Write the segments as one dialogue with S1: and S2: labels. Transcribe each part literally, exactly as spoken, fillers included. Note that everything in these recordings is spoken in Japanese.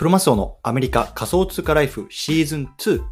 S1: クロマスオのアメリカ仮想通貨ライフシーズンツー。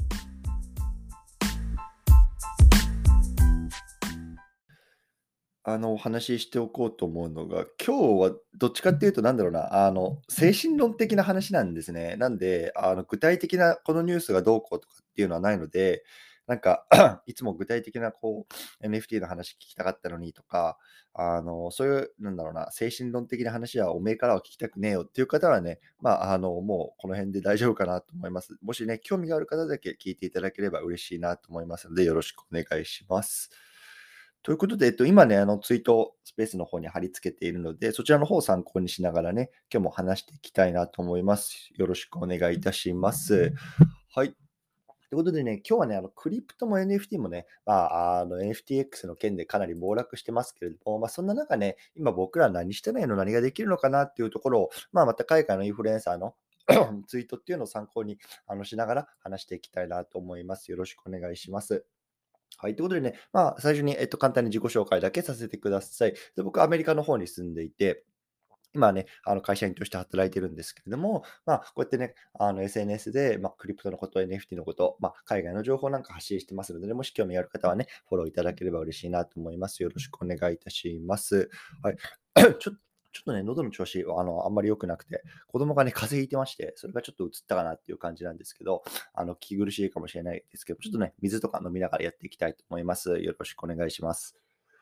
S2: あの、お話ししておこうと思うのが、今日はどっちかっていうと、なんだろうな、あの、精神論的な話なんですね。なんで、あの、具体的なこのニュースがどうこうとかっていうのはないので、なんか、いつも具体的なこう、エヌエフティー の話聞きたかったのにとか、あの、そういう、なんだろうな、精神論的な話はおめえからは聞きたくねえよっていう方はね、まあ、あの、もうこの辺で大丈夫かなと思います。もしね、興味がある方だけ聞いていただければ嬉しいなと思いますので、よろしくお願いします。ということで、えっと、今ね、あの、ツイートスペースの方に貼り付けているので、そちらの方を参考にしながらね、今日も話していきたいなと思います。よろしくお願いいたします。はい。ということでね、今日はね、あの、クリプトも エヌエフティー もね、まあ、あの、エヌエフティーエックス の件でかなり暴落してますけれども、まあ、そんな中ね、今僕ら何してないの、何ができるのかなっていうところを、まあ、また海外のインフルエンサーのツイートっていうのを参考にあのしながら話していきたいなと思います。よろしくお願いします。はい。ということでね、まあ、最初に、えっと、簡単に自己紹介だけさせてください。で、僕、アメリカの方に住んでいて、今はね、あの会社員として働いてるんですけれども、まあ、こうやってね、あの エスエヌエス で、まあ、クリプトのこと、エヌエフティー のこと、まあ、海外の情報なんか発信してますのでね、もし興味ある方はね、フォローいただければ嬉しいなと思います。よろしくお願いいたします。はい。ちょちょっとね、喉の調子、あの、あんまり良くなくて、子供がね、風邪ひいてまして、それがちょっと映ったかなっていう感じなんですけど、あの、聞き苦しいかもしれないですけど、ちょっとね、水とか飲みながらやっていきたいと思います。よろしくお願いします。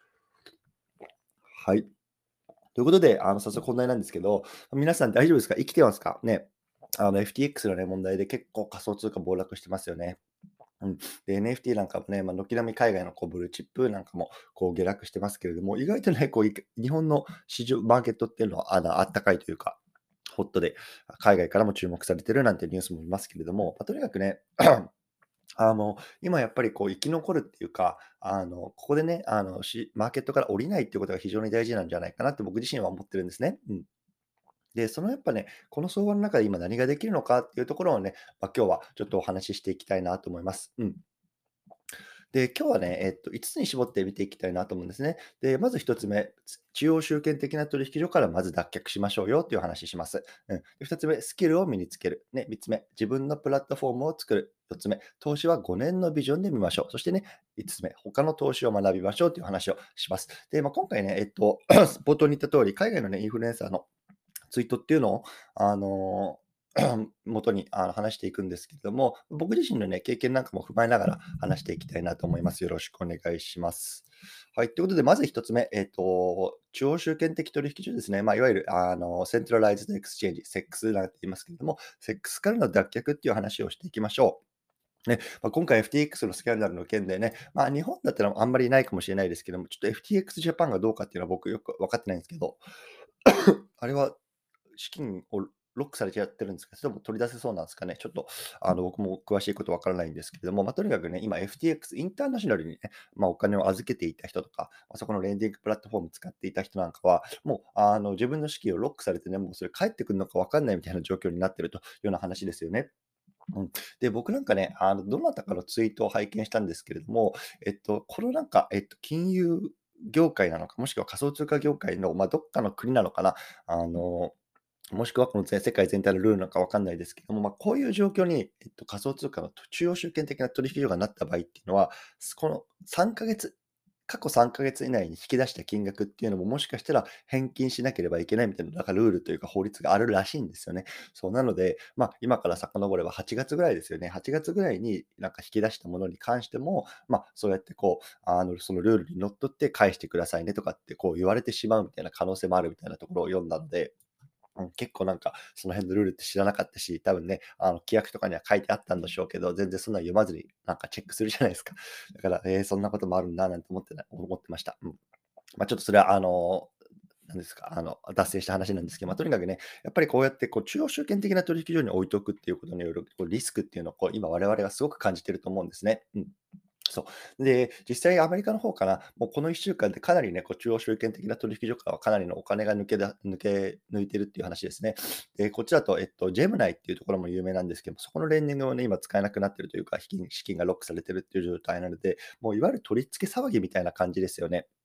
S2: はい。ということで、あの、早速本題なんですけど、皆さん大丈夫ですか？生きてますか？ね。あの、エフティーエックス のね、問題で結構仮想通貨暴落してますよね。うん。で、エヌエフティー なんかもね、まあ、軒並み海外のこうブルーチップなんかもこう下落してますけれども、意外とね、こうい日本の市場、マーケットっていうのはあのあったかいというか、ホットで、海外からも注目されてるなんてニュースも見ますけれども、まあ、とにかくね、あの、今やっぱりこう生き残るっていうか、あの、ここでね、あの、しマーケットから降りないっていうことが非常に大事なんじゃないかなって僕自身は思ってるんですね。うん。で、そのやっぱね、この相場の中で今何ができるのかっていうところをね、まあ、今日はちょっとお話ししていきたいなと思います。うん。で、今日はね、えっと、いつつに絞って見ていきたいなと思うんですね。で、まずひとつめ、つ中央集権的な取引所からまず脱却しましょうよっていう話します。うん。で、ふたつめ、スキルを身につける。ね、みっつめ、自分のプラットフォームを作る。よっつめ、投資はごねんのビジョンで見ましょう。そしてね、いつつめ、他の投資を学びましょうという話をします。で、まあ、今回ね、えっと、冒頭に言った通り、海外のね、インフルエンサーのツイートっていうのを、あの、元にあの話していくんですけれども、僕自身のね、経験なんかも踏まえながら話していきたいなと思います。よろしくお願いします。はい。ということで、まず一つ目、えっと、中央集権的取引所ですね。まあ、いわゆる、あの、セントラライズドエクスチェンジ、セックス なんて言いますけれども、セックス からの脱却っていう話をしていきましょう。ね、まあ、今回 エフティーエックス のスキャンダルの件でね、まあ、日本だったらあんまりないかもしれないですけども、ちょっと エフティーエックス ジャパンがどうかっていうのは僕よく分かってないんですけど、あれは資金をロックされちゃってるんですか？それとも取り出せそうなんですかね？ちょっと、あの、僕も詳しいことわからないんですけれども、まあ、とにかくね、今 エフティーエックス インターナショナルにね、まあ、お金を預けていた人とか、まあ、そこのレンディングプラットフォーム使っていた人なんかは、もう、あの、自分の資金をロックされてね、もうそれ返ってくるのかわかんないみたいな状況になってるというような話ですよね。うん。で、僕なんかね、あの、どなたかのツイートを拝見したんですけれども、えっと、このなんか、えっと、金融業界なのか、もしくは仮想通貨業界の、まあ、どっかの国なのかな、あの、もしくはこの全世界全体のルールなのかわかんないですけども、まあ、こういう状況に、えっと、仮想通貨の中央集権的な取引所がなった場合っていうのは、このさんかげつ、過去さんかげつ以内に引き出した金額っていうのも、もしかしたら返金しなければいけないみたいな、なんかルールというか法律があるらしいんですよね。そうなので、まあ、今から遡ればはちがつぐらいですよね。はちがつぐらいになんか引き出したものに関しても、まあ、そうやってこう、あの、そのルールにのっとって返してくださいねとかってこう言われてしまうみたいな可能性もあるみたいなところを読んだので、うん、結構なんか、その辺のルールって知らなかったし、多分ね、あの、規約とかには書いてあったんでしょうけど、全然そんなの読まずになんかチェックするじゃないですか。だから、えーそんなこともあるんだなんて思ってな思ってました。うん。ま、ちょっとそれはあの、なんですか、あの、脱線した話なんですけど、ま、とにかくね、やっぱりこうやってこう中央集権的な取引所に置いておくっていうことによるこうリスクっていうのをこう今我々はすごく感じてると思うんですね。うん。そう。で、実際アメリカの方から、もうこのいっしゅうかんでかなりね、こう中央集権的な取引所からはかなりのお金が抜けだ抜け抜いてるっていう話ですね。で、こっちだと、えっと、ジェムナイっていうところも有名なんですけども、そこのレンディングをね、今使えなくなってるというか、資金資金がロックされてるっていう状態なので、もういわゆる取り付け騒ぎみたいな感じですよね。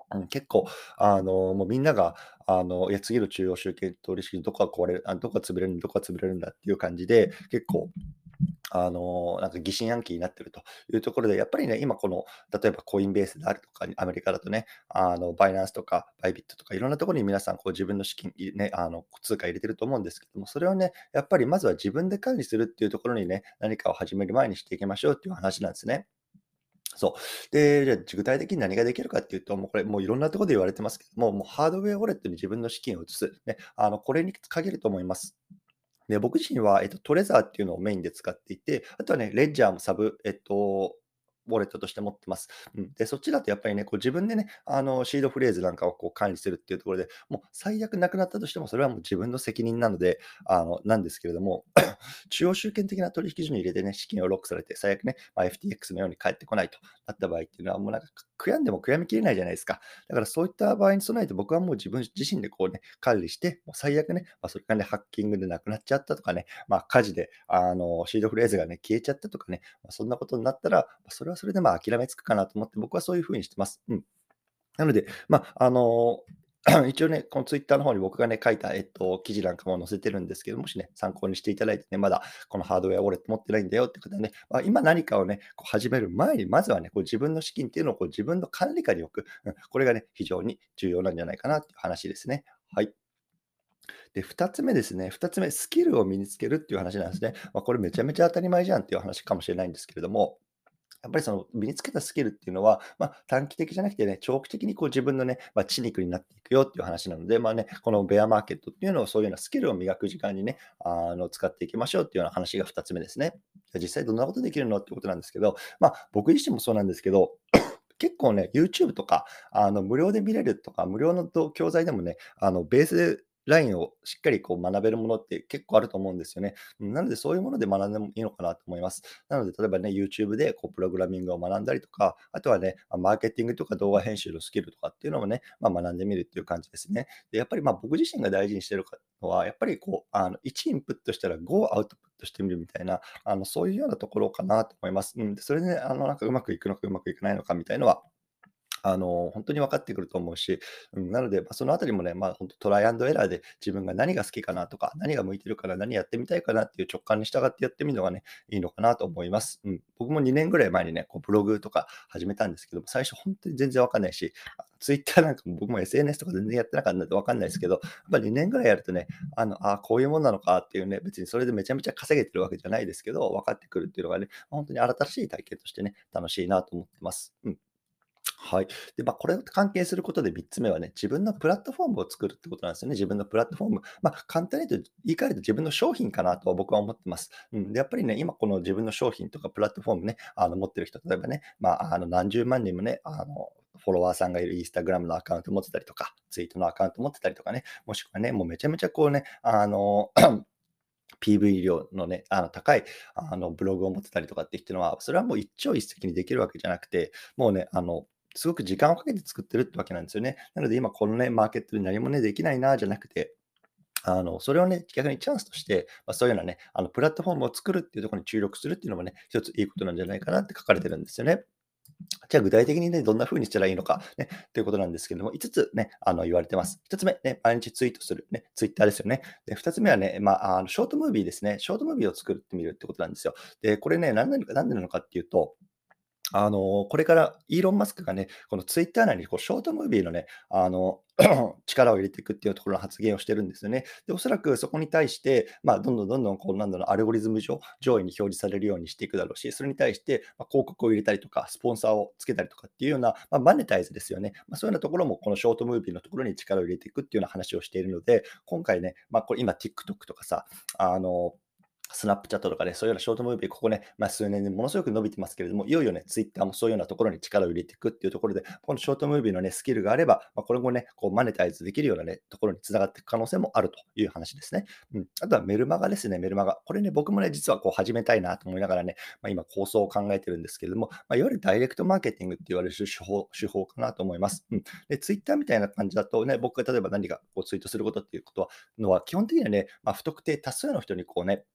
S2: うん、結構、あの、もうみんなが、あの、いや、次の中央集権取引所どこが壊れる、あ、どこが潰れるんだ、どこが潰れるんだっていう感じで、結構、あの、なんか疑心暗鬼になってるというところで、やっぱりね、今この、例えばコインベースであるとか、アメリカだとね、あの、バイナンスとかバイビットとかいろんなところに皆さんこう自分の資金、いね、あの、通貨入れてると思うんですけども、それをね、やっぱりまずは自分で管理するっていうところにね、何かを始める前にしていきましょうっていう話なんですね。そう。で、じゃあ具体的に何ができるかっていうと、もうこれ、もういろんなところで言われてますけども、もうハードウェアウォレットに自分の資金を移す。ね、あの、これに限ると思います。で、僕自身は、えっと、トレザーっていうのをメインで使っていて、あとはね、レッジャーもサブ、えっと、ウォレットとして持ってます。うん。で、そっちだとやっぱりね、こう自分でね、あの、シードフレーズなんかをこう管理するっていうところで、もう最悪なくなったとしても、それはもう自分の責任なので、あの、なんですけれども、中央集権的な取引所に入れてね、資金をロックされて、最悪ね、まあ、エフティーエックス のように返ってこないとなった場合っていうのは、もうなんか悔やんでも悔やみきれないじゃないですか。だからそういった場合に備えて、僕はもう自分自身でこうね、管理して、もう最悪ね、まあ、それがね、ハッキングでなくなっちゃったとかね、まあ、火事で、あの、シードフレーズがね、消えちゃったとかね、まあ、そんなことになったら、まあそれはそれでまあ諦めつくかなと思って、僕はそういうふうにしてます。うん。なので、まあ、あの、一応ね、このツイッターの方に僕がね、書いた、えっと、記事なんかも載せてるんですけど、もしね、参考にしていただいてね、まだこのハードウェアウォレット持ってないんだよって方はね、まあ、今何かをね、こう始める前に、まずはね、こう自分の資金っていうのをこう自分の管理下に置く。うん、これがね、非常に重要なんじゃないかなっていう話ですね。はい。で、ふたつめですね。ふたつめ、スキルを身につけるっていう話なんですね。まあ、これめちゃめちゃ当たり前じゃんっていう話かもしれないんですけれども、やっぱりその身につけたスキルっていうのは、まあ、短期的じゃなくてね、長期的にこう自分のね、まあ、血肉になっていくよっていう話なので、まあね、このベアマーケットっていうのをそういうようなスキルを磨く時間にね、あの、使っていきましょうっていうような話がふたつめですね。じゃあ実際どんなことできるのってことなんですけど、まあ、僕自身もそうなんですけど、結構ね、YouTube とか、あの、無料で見れるとか、無料のど教材でもね、あの、ベースラインをしっかりこう学べるものって結構あると思うんですよね。うん、なので、そういうもので学んでもいいのかなと思います。なので、例えばね、YouTube でこうプログラミングを学んだりとか、あとはね、ま、マーケティングとか動画編集のスキルとかっていうのもね、ま、学んでみるっていう感じですね。で、やっぱり、ま、僕自身が大事にしてるかのは、やっぱりこう、あの、いちインプットしたらごアウトプットしてみるみたいな、あの、そういうようなところかなと思います。うん、で、それでね、あの、なんかうまくいくのかうまくいかないのかみたいのはあの、本当に分かってくると思うし、うん、なので、ま、そのあたりもね、ま、本当トライアンドエラーで自分が何が好きかなとか、何が向いてるかな、何やってみたいかなっていう直感に従ってやってみるのがね、いいのかなと思います。うん。僕もにねんぐらい前にね、こうブログとか始めたんですけども、最初本当に全然分かんないし、あ、Twitter なんかも僕も エスエヌエス とか全然やってなかったんで分かんないですけど、やっぱにねんぐらいやるとね、あの、あ、こういうもんなのかっていうね、別にそれでめちゃめちゃ稼げてるわけじゃないですけど、分かってくるっていうのがね、本当に新しい体験としてね、楽しいなと思ってます。うん。はい。で、まあ、これと関係することでみっつめはね、自分のプラットフォームを作るってことなんですよね。自分のプラットフォーム。まあ、簡単に言うと、言い換えると自分の商品かなと僕は思ってます。うん。で、やっぱりね、今この自分の商品とかプラットフォームね、あの、持ってる人、例えばね、まあ、あの、何十万人もね、あの、フォロワーさんがいるインスタグラムのアカウント持ってたりとか、ツイートのアカウント持ってたりとかね、もしくはね、もうめちゃめちゃこうね、あの、ピーブイ 量のね、あの、高い、あの、ブログを持ってたりとかっていうのは、それはもう一朝一夕にできるわけじゃなくて、もうね、あの、すごく時間をかけて作ってるってわけなんですよね。なので今このね、マーケットで何もね、できないなじゃなくて、あの、それをね、逆にチャンスとして、まあ、そういうようなね、あの、プラットフォームを作るっていうところに注力するっていうのもね、一ついいことなんじゃないかなって書かれてるんですよね。じゃあ具体的にね、どんな風にしたらいいのか、ね、ということなんですけれども、いつつね、あの、言われてます。ひとつめ、ね、毎日ツイートする、ね、ツイッターですよね。で、ふたつめはね、まあ、あの、ショートムービーですね。ショートムービーを作ってみるってことなんですよ。で、これね、なんなのかなんでなのかっていうと、あの、これからイーロン・マスクがね、このツイッター内にこうショートムービーのね、あの、力を入れていくっていうところの発言をしてるんですよね。で、おそらくそこに対して、まあ、どんどんどんどんこう、なんだろう、アルゴリズム上、上位に表示されるようにしていくだろうし、それに対して、まあ、広告を入れたりとか、スポンサーをつけたりとかっていうような、まあ、マネタイズですよね。まあ、そういうようなところも、このショートムービーのところに力を入れていくっていうような話をしているので、今回ね、まあ、これ今 TikTok とかさ、あの、スナップチャットとかで、そういうようなショートムービー、ここね、まあ、数年でものすごく伸びてますけれども、いよいよね、ツイッターもそういうようなところに力を入れていくっていうところで、このショートムービーのね、スキルがあれば、まあ、これもね、こうマネタイズできるようなね、ところに繋がっていく可能性もあるという話ですね。うん。あとはメルマガですね、メルマガ。これね、僕もね、実はこう始めたいなと思いながらね、まあ、今構想を考えてるんですけれども、まあ、いわゆるダイレクトマーケティングって言われる手法手法かなと思います。うん。で、ツイッターみたいな感じだとね、僕が例えば何かこうツイートすることっていうことはのは、基本的にはね、まあ、不特定多数の人にこうね、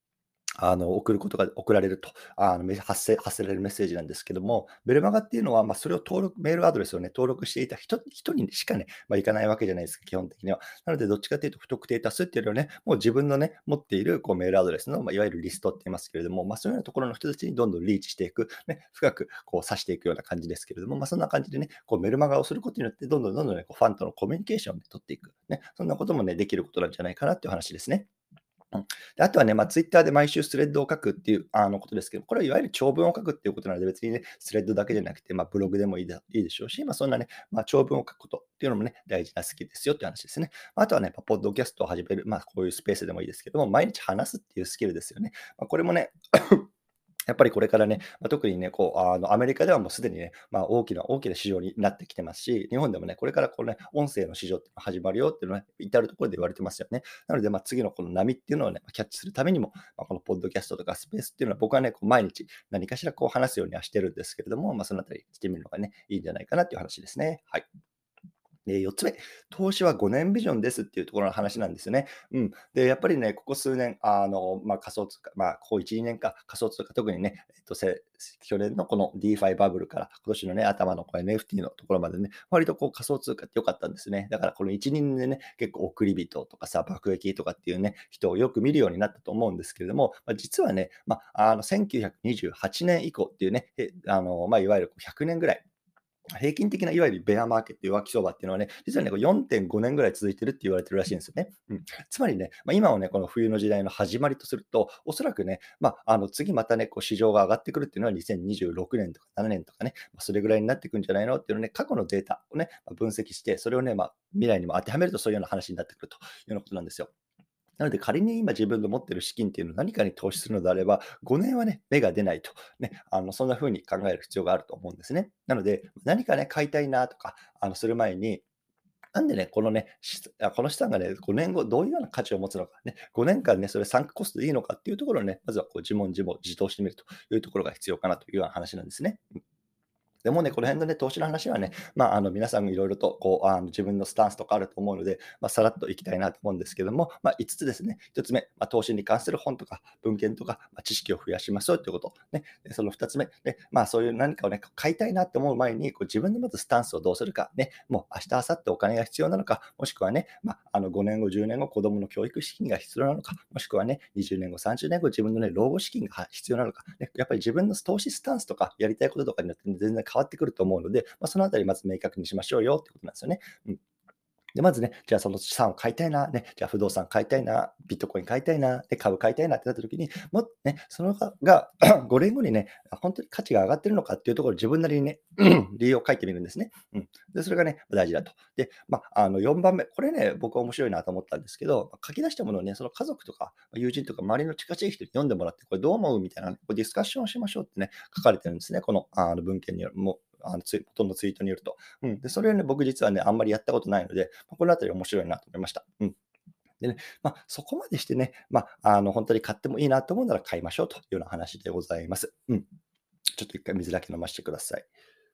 S2: あの、送ることが送られると、あの、め発せ発せられるメッセージなんですけども、メルマガっていうのは、まあ、それを登録メールアドレスをね、登録していた人人にしかね、まあ、行かないわけじゃないですか、基本的には。なので、どっちかというと不特定多数っていうよりはね、もう自分のね、持っているこうメールアドレスの、まあ、いわゆるリストって言いますけれども、まあ、そういうようなところの人たちにどんどんリーチしていく、ね、深くこう刺していくような感じですけれども、まあ、そんな感じでね、こうメルマガをすることによって、どんどんどんどんね、こうファンとのコミュニケーションをね取っていく。ね、そんなこともね、できることなんじゃないかなっていう話ですね。うん。で、あとはね、まあ、ツイッターで毎週スレッドを書くっていう、あの、ことですけど、これはいわゆる長文を書くっていうことなので、別にね、スレッドだけじゃなくて、まあ、ブログでもいいだいいでしょうし、まあ、そんなね、まあ、長文を書くことっていうのもね、大事なスキルですよっていう話ですね。まあとはね、まあポッドキャストを始める、まあ、こういうスペースでもいいですけども、毎日話すっていうスキルですよね。まあ、これもね、やっぱりこれからね、まあ、特にね、こう、あの、アメリカではもうすでにね、まあ、大きな大きな市場になってきてますし、日本でもね、これからこのね、音声の市場っていうのが始まるよっていうのはね、至るところで言われてますよね。なので、まあ、次のこの波っていうのをね、キャッチするためにも、まあ、このポッドキャストとかスペースっていうのは僕はね、こう毎日何かしらこう話すようにはしてるんですけれども、まあ、そのあたりしてみるのがね、いいんじゃないかなっていう話ですね。はい。で、よっつめ、投資はごねんビジョンですっていうところの話なんですよね。うん。で、やっぱりね、ここ数年、あの、まあ、仮想通貨、まあ、ここいち、にねんか、仮想通貨、特にね、えっと、せ去年のこの ディーファイ バブルから今年のね、頭のこう エヌエフティー のところまでね、割とこう仮想通貨って良かったんですね。だからこのいち、にねんでね、結構送り人とかさ、爆撃とかっていうね、人をよく見るようになったと思うんですけれども、まあ、実はね、まあ、あの、せんきゅうひゃくにじゅうはちねん以降っていうね、えあの、まあ、いわゆるこうひゃくねんぐらい、平均的ないわゆるベアマーケット、弱気相場っていうのはね、実はね、こうよんてんごねんぐらい続いてるって言われてるらしいんですよね。うん。つまりね、まあ、今をね、この冬の時代の始まりとすると、おそらくね、まあ、あの次またね、こう市場が上がってくるっていうのはにせんにじゅうろくねんとかななねんとかね、まあ、それぐらいになってくんじゃないのっていうのをね、過去のデータをね、まあ分析して、それをね、まあ、未来にも当てはめるとそういうような話になってくるというようなことなんですよ。なので、仮に今自分の持っている資金っていうのを何かに投資するのであれば、ごねんはね、芽が出ないと、ね、あのそんな風に考える必要があると思うんですね。なので、何かね、買いたいなとか、あのする前に、なんでね、このね、しあこの資産がね、ごねんごどういうような価値を持つのか、ね、ごねんかんね、それサンクコストでいいのかっていうところをね、まずはこう自問自問自答してみるというところが必要かなというような話なんですね。でもね、この辺のね、投資の話はね、まあ、あの、皆さんいろいろと、こう、あの、自分のスタンスとかあると思うので、まあ、さらっといきたいなと思うんですけども、まあ、いつつつですね。ひとつめ、まあ、投資に関する本とか文献とか、まあ、知識を増やしましょうということ。ね。で、そのふたつめ、ね、まあ、そういう何かをね、買いたいなって思う前に、こう自分のまずスタンスをどうするか、ね、もう明日、明後日お金が必要なのか、もしくはね、まあ、あの、ごねんご、じゅうねんご、子供の教育資金が必要なのか、もしくはね、にじゅうねんご、さんじゅうねんご、自分のね、老後資金がは必要なのか、ね、やっぱり自分の投資スタンスとか、やりたいこととかによって全然変わってくると思うので、まあ、そのあたりまず明確にしましょうよってことなんですよね。うん。で、まずね、じゃあその資産を買いたいな、ね、じゃあ不動産買いたいな、ビットコイン買いたいな、で、株買いたいなってなった時に、もね、そのががごねんごにね、本当に価値が上がってるのかっていうところを自分なりにね、理由を書いてみるんですね。うん。で、それがね、大事だと。で、まあ、あのよんばんめ、これね、僕は面白いなと思ったんですけど、書き出したものをね、その家族とか友人とか周りの近しい人に読んでもらって、これどう思うみたいなね、こうディスカッションをしましょうってね、書かれてるんですね。このあの文献によるもあのツイ元のツイートによると。うん。で、それをね、僕実はね、あんまりやったことないので、まこのあたり面白いなと思いました。うん。でね、まあ、そこまでしてね、まあ、あの、本当に買ってもいいなと思うなら買いましょうというような話でございます。うん。ちょっと一回水だけ飲ましてください。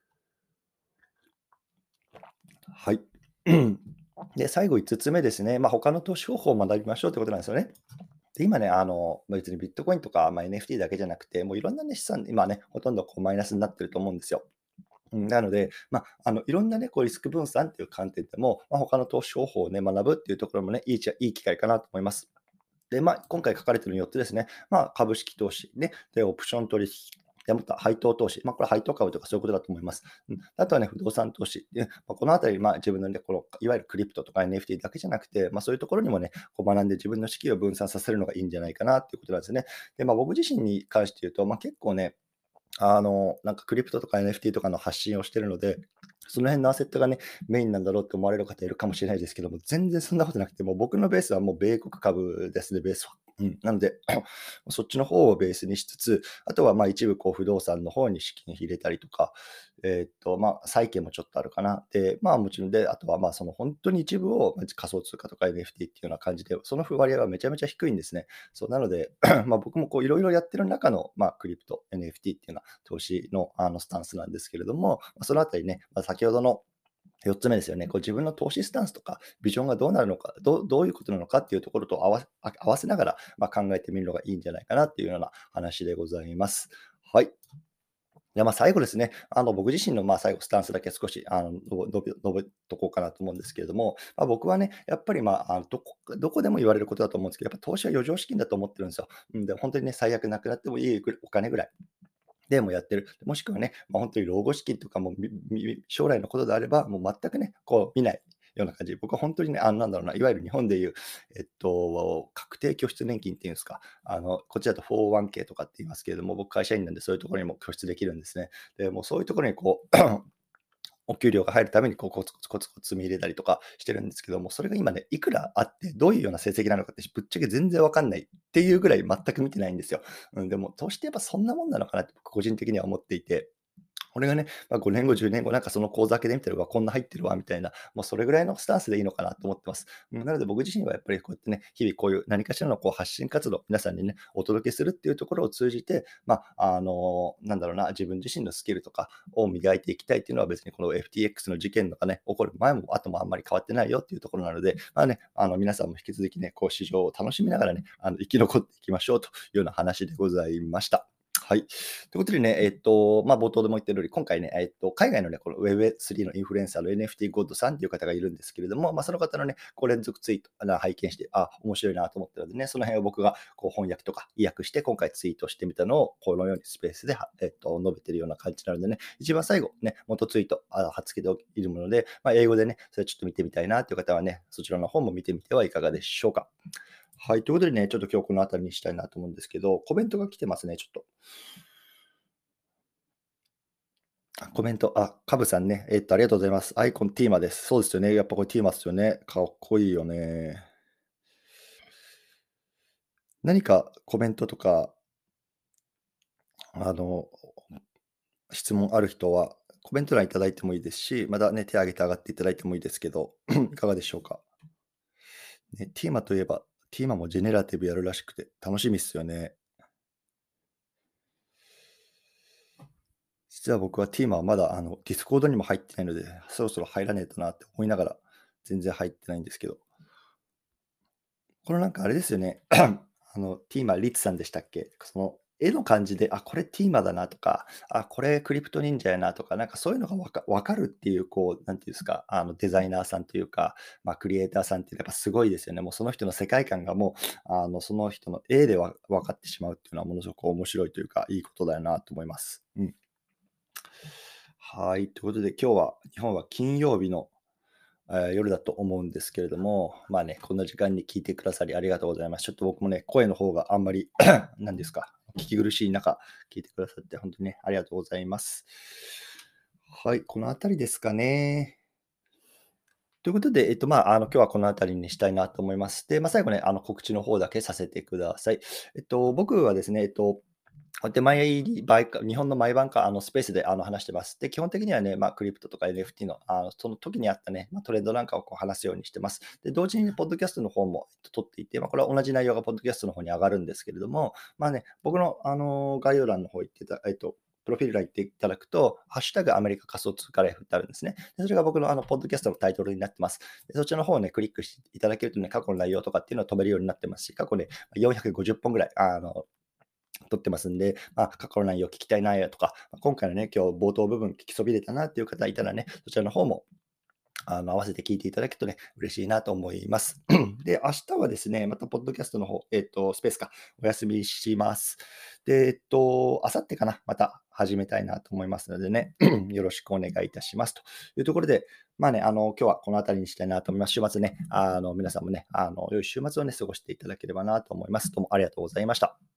S2: はい。で、最後いつつつめですね、まあ、他の投資方法を学びましょうということなんですよね。で、今ね、あの、ま、別にビットコインとか、まあ、エヌエフティー だけじゃなくて、もういろんなね、資産、今ね、ほとんどこうマイナスになってると思うんですよ。うん、なので、まあ、あの、いろんなね、こうリスク分散っていう観点でも、まあ、他の投資方法をね、学ぶっていうところもね、いいちゃいい機会かなと思います。で、まあ、今回書かれているよっつですね。まあ、株式投資ね、で、オプション取引、で、また配当投資、まあ、これ配当株とかそういうことだと思います。うん、あとはね、不動産投資、で、まあ、このあたり、まあ、自分のね、このいわゆるクリプトとか エヌエフティー だけじゃなくて、まあ、そういうところにもね、こう学んで自分の資金を分散させるのがいいんじゃないかなっていうことなんですね。で、まあ、僕自身に関して言うと、まあ、結構ね、あの、なんかクリプトとか エヌエフティー とかの発信をしているので、その辺のアセットがね、メインなんだろうって思われる方いるかもしれないですけども、全然そんなことなくて、もう僕のベースはもう米国株ですね、ベースは。うん、なので、そっちの方をベースにしつつ、あとはまあ一部こう不動産の方に資金入れたりとか、えーっと、まあ債券もちょっとあるかな。で、まあもちろんで、あとはまあその本当に一部をまあ仮想通貨とか エヌエフティー っていうような感じで、その割合はめちゃめちゃ低いんですね。そうなので、まあ僕もこういろいろやってる中の、まあ、クリプト、エヌエフティー っていうような投資のあのスタンスなんですけれども、まあそのあたりね、まあ、先ほどのよっつめですよね。こう自分の投資スタンスとか、ビジョンがどうなるのか、どうどういうことなのかっていうところと合わあ合わせながら、まあ、考えてみるのがいいんじゃないかなっていうような話でございます。はい。で、まあ、最後ですね、あの、僕自身の、まあ、最後スタンスだけ少し、あの、のぼのび述べとこうかなと思うんですけれども、まあ、僕はね、やっぱり、まあ、あの、どこどこでも言われることだと思うんですけど、やっぱ投資は余剰資金だと思ってるんですよ。うん、で、本当にね、最悪なくなってもいいぐお金ぐらいでもやってる。もしくはね、まあ、本当に老後資金とかも、みみ将来のことであれば、もう全くね、こう見ないような感じ。僕は本当にね、あの、なんだろうな、いわゆる日本でいう、えっと、確定拠出年金っていうんですか、あの、こっちだと フォーワンケー とかって言いますけれども、僕会社員なんでそういうところにも拠出できるんですね。で、もうそういうところにこうお給料が入るためにこうコツコツコツコツ積み入れたりとかしてるんですけども、それが今ね、いくらあって、どういうような成績なのかってぶっちゃけ全然わかんないっていうぐらい全く見てないんですよ。うん、でも投資ってやっぱそんなもんなのかなって僕個人的には思っていて、これがね、まあ、ごねんご、じゅうねんご、なんかその口座開けてみたら、うわ、こんな入ってるわみたいな、もうそれぐらいのスタンスでいいのかなと思ってます。うん、なので僕自身はやっぱりこうやってね、日々こういう何かしらのこう発信活動、皆さんにね、お届けするっていうところを通じて、まあ、あの、なんだろうな、自分自身のスキルとかを磨いていきたいっていうのは別にこの エフティーエックス の事件とかね、起こる前も後もあんまり変わってないよっていうところなので、まあね、あの皆さんも引き続きね、こう市場を楽しみながらね、あの生き残っていきましょうというような話でございました。はい。ということでね、えっと、まあ、冒頭でも言った通り、今回ね、えっと、海外のね、この ウェブスリー のインフルエンサーの エヌエフティー ゴッドさんという方がいるんですけれども、まあ、その方のね、こう連続ツイート、あの拝見して、あ、面白いなと思ったのでね、その辺を僕がこう翻訳とか意訳して、今回ツイートしてみたのを、このようにスペースでは、えっと、述べてるような感じなのでね、一番最後、ね、元ツイート、あ貼っ付けているもので、まあ、英語でね、それちょっと見てみたいなという方はね、そちらの方も見てみてはいかがでしょうか。はい。ということでね、ちょっと今日この辺りにしたいなと思うんですけど、コメントが来てますね、ちょっと。あ、コメント、あ、カブさんね。えっと、ありがとうございます。アイコンティーマです。そうですよね。やっぱこれティーマですよね。かっこいいよね。何かコメントとか、あの、質問ある人は、コメント欄いただいてもいいですし、またね、手挙げて上がっていただいてもいいですけど、いかがでしょうか。ね、ティーマといえば、ティーマもジェネラティブやるらしくて楽しみっすよね。実は僕はティーマはまだあのディスコードにも入ってないので、そろそろ入らねえとなって思いながら、全然入ってないんですけど。このなんかあれですよね。あの、ティーマリツさんでしたっけ？その絵の感じで、あ、これティーマだなとか、あ、これクリプト忍者やなとか、なんかそういうのがわか分かるっていう、こう、なんていうんですか、あのデザイナーさんというか、まあ、クリエイターさんってやっぱすごいですよね。もうその人の世界観がもう、あの、その人の絵でわ分かってしまうっていうのはものすごく面白いというか、いいことだよなと思います。うん。はい。ということで、今日は日本は金曜日のえー夜だと思うんですけれども、まあね、こんな時間に聞いてくださりありがとうございます。ちょっと僕もね、声の方があんまり何ですか、聞き苦しい中、聞いてくださって本当にね、ありがとうございます。はい、このあたりですかね。ということで、えっと、まあ、あの、今日はこのあたりにしたいなと思います。で、まあ、最後ね、あの、告知の方だけさせてください。えっと、僕はですね、えっと、で、毎晩か、日本の毎晩か、あの、スペースで、あの、話してます。で、基本的にはね、まあ、クリプトとか エヌエフティー の、あの、その時にあったね、まあ、トレンドなんかをこう話すようにしてます。で、同時にね、ポッドキャストの方も、えっと、撮っていて、まあ、これは同じ内容がポッドキャストの方に上がるんですけれども、まあね、僕の、あの、概要欄の方行ってた、えっと、プロフィール欄行っていただくと、ハッシュタグアメリカ仮想通貨ライフってあるんですね。でそれが僕のあの、ポッドキャストのタイトルになってます。でそちらの方をね、クリックしていただけるとね、過去の内容とかっていうのを飛べるようになってますし、過去ね、よんひゃくごじゅっぽんぐらい、あの、撮ってますんで、まあ、過去の内容聞きたいなとか、今回のね、今日冒頭部分聞きそびれたなっていう方いたらね、そちらの方もあの合わせて聞いていただけるとね、嬉しいなと思います。で、明日はですね、またポッドキャストの方、えっと、スペースか、お休みします。で、えっと、あさってかな、また始めたいなと思いますのでね、よろしくお願いいたしますというところで、まあね、あの、今日はこの辺りにしたいなと思います。週末ね、あの、皆さんもね、あの、良い週末をね、過ごしていただければなと思います。どうもありがとうございました。